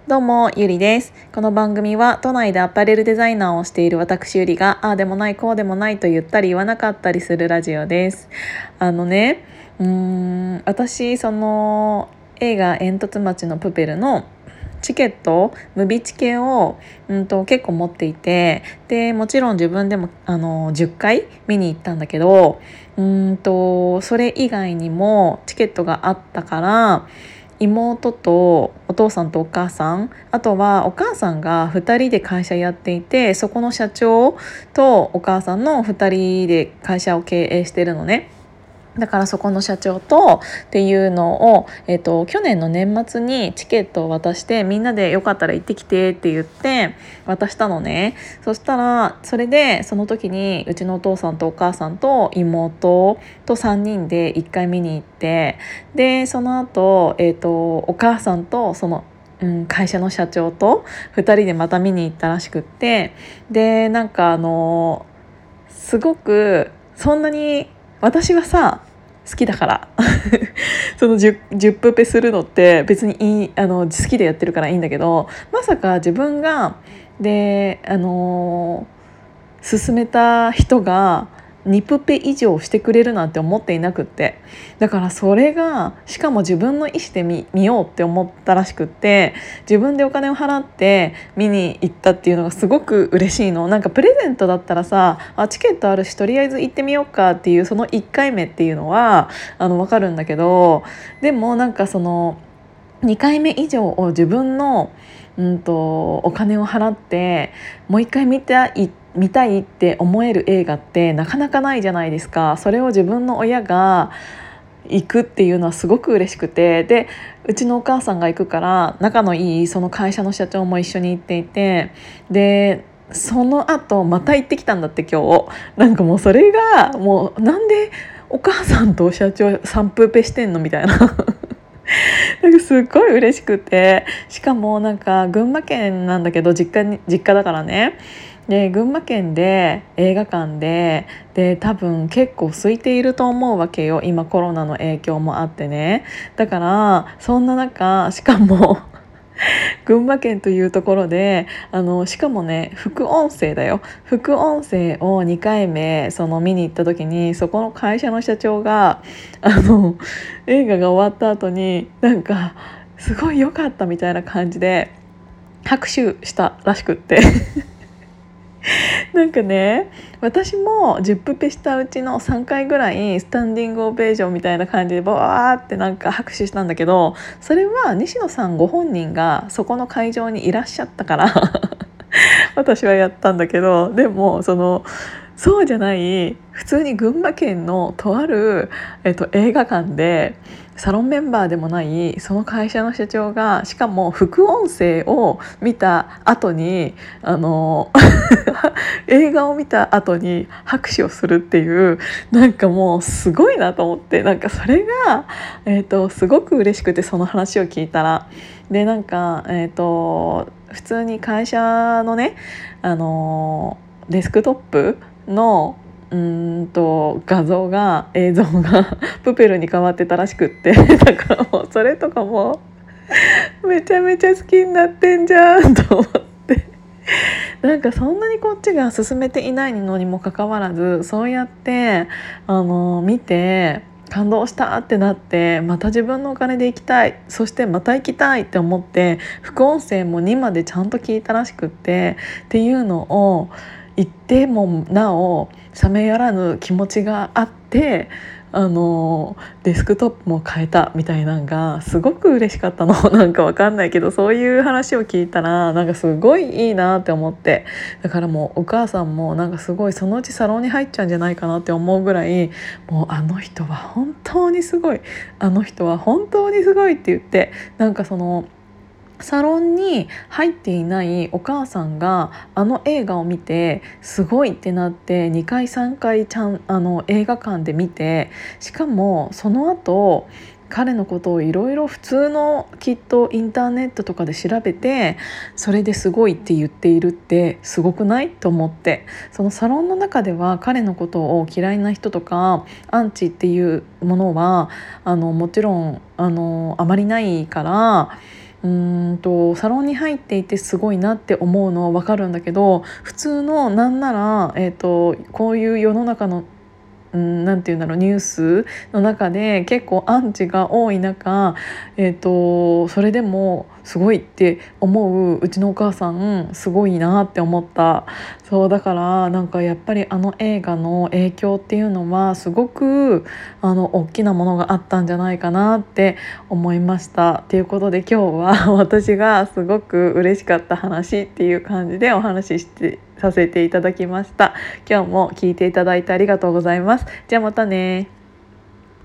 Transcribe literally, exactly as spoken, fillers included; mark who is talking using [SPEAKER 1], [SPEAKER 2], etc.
[SPEAKER 1] どうもゆりです。この番組は都内でアパレルデザイナーをしている私ゆりがああでもないこうでもないと言ったり言わなかったりするラジオです。あのねうーん私その映画煙突町のプペルのチケットムビチケを、うんと、結構持っていて、でもちろん自分でもあのじゅっかい見に行ったんだけど、うんとそれ以外にもチケットがあったから妹とお父さんとお母さん、あとはお母さんがふたりで会社やっていて、そこの社長とお母さんのふたりで会社を経営してるのね。だからそこの社長とっていうのを、えっと、去年の年末にチケットを渡して、みんなでよかったら行ってきてって言って渡したのね。そしたらそれでその時にうちのお父さんとお母さんと妹とさんにんでいっかい見に行って、でその後、えっと、お母さんとそのうん、会社の社長とふたりでまた見に行ったらしくって、でなんかあのすごくそんなに私はさ好きだからその 10, じゅっプペするのって別にいいあの好きでやってるからいいんだけど、まさか自分がであの勧めた人がにプペ以上してくれるなんて思っていなくって、だからそれがしかも自分の意思で 見, 見ようって思ったらしくって、自分でお金を払って見に行ったっていうのがすごく嬉しいの。なんかプレゼントだったらさあチケットあるしとりあえず行ってみようかっていうそのいっかいめっていうのはあの分かるんだけど、でもなんかそのにかいめ以上を自分の、うんと、お金を払ってもう一回見たい見たいって思える映画ってなかなかないじゃないですか。それを自分の親が行くっていうのはすごく嬉しくて、でうちのお母さんが行くから仲のいいその会社の社長も一緒に行っていて、でその後また行ってきたんだって今日。なんかもうそれがもうなんでお母さんと社長さんプペしてんのみたいななんかすっごい嬉しくて、しかもなんか群馬県なんだけど実家に実家だからね。で群馬県で映画館でで多分結構空いていると思うわけよ、今コロナの影響もあってね。だからそんな中しかも群馬県というところであのしかもね副音声だよ。副音声をにかいめその見に行った時に、そこの会社の社長があの映画が終わった後になんかすごい良かったみたいな感じで拍手したらしくってなんかね私もじゅっプペしたうちのさんかいぐらいスタンディングオベーションみたいな感じでバーってなんか拍手したんだけど、それは西野さんご本人がそこの会場にいらっしゃったから私はやったんだけど、でもそのそうじゃない普通に群馬県のとある、えっと、映画館でサロンメンバーでもないその会社の社長が、しかも副音声を見た後にあの映画を見た後に拍手をするっていう、なんかもうすごいなと思って、なんかそれが、えーと、すごく嬉しくて、その話を聞いたら。でなんか、えーと、普通に会社のねあのデスクトップのうーんと画像が映像がプペルに変わってたらしくってだからもうそれとかもめちゃめちゃ好きになってんじゃんと思ってなんかそんなにこっちが進めていないのにもかかわらず、そうやってあの見て感動したってなって、また自分のお金で行きたい、そしてまた行きたいって思って副音声もにまでちゃんと聞いたらしくって、っていうのを言ってもなお冷めやらぬ気持ちがあって、あのデスクトップも変えたみたいなのがすごく嬉しかったのなんかわかんないけど、そういう話を聞いたらなんかすごいいいなって思って、だからもうお母さんもなんかすごいそのうちサロンに入っちゃうんじゃないかなって思うぐらい、もうあの人は本当にすごい、あの人は本当にすごいって言って、なんかそのサロンに入っていないお母さんがあの映画を見てすごいってなってにかいさんかいちゃんあの映画館で見て、しかもその後彼のことをいろいろ普通のきっとインターネットとかで調べて、それですごいって言っているってすごくないと思って、そのサロンの中では彼のことを嫌いな人とかアンチっていうものはあのもちろんあのあまりないから、 うーんとサロンに入っていてすごいなって思うのは分かるんだけど、普通のなんなら、えーと、こういう世の中のうん、なんていうんだろう、ニュースの中で結構アンチが多い中、えーと、それでもすごいって思ううちのお母さんすごいなって思った。そうだからなんかやっぱりあの映画の影響っていうのはすごくあの大きなものがあったんじゃないかなって思いました。ということで今日は私がすごく嬉しかった話っていう感じでお話ししてさせていただきました。今日も聞いていただいてありがとうございます。じゃあまたね。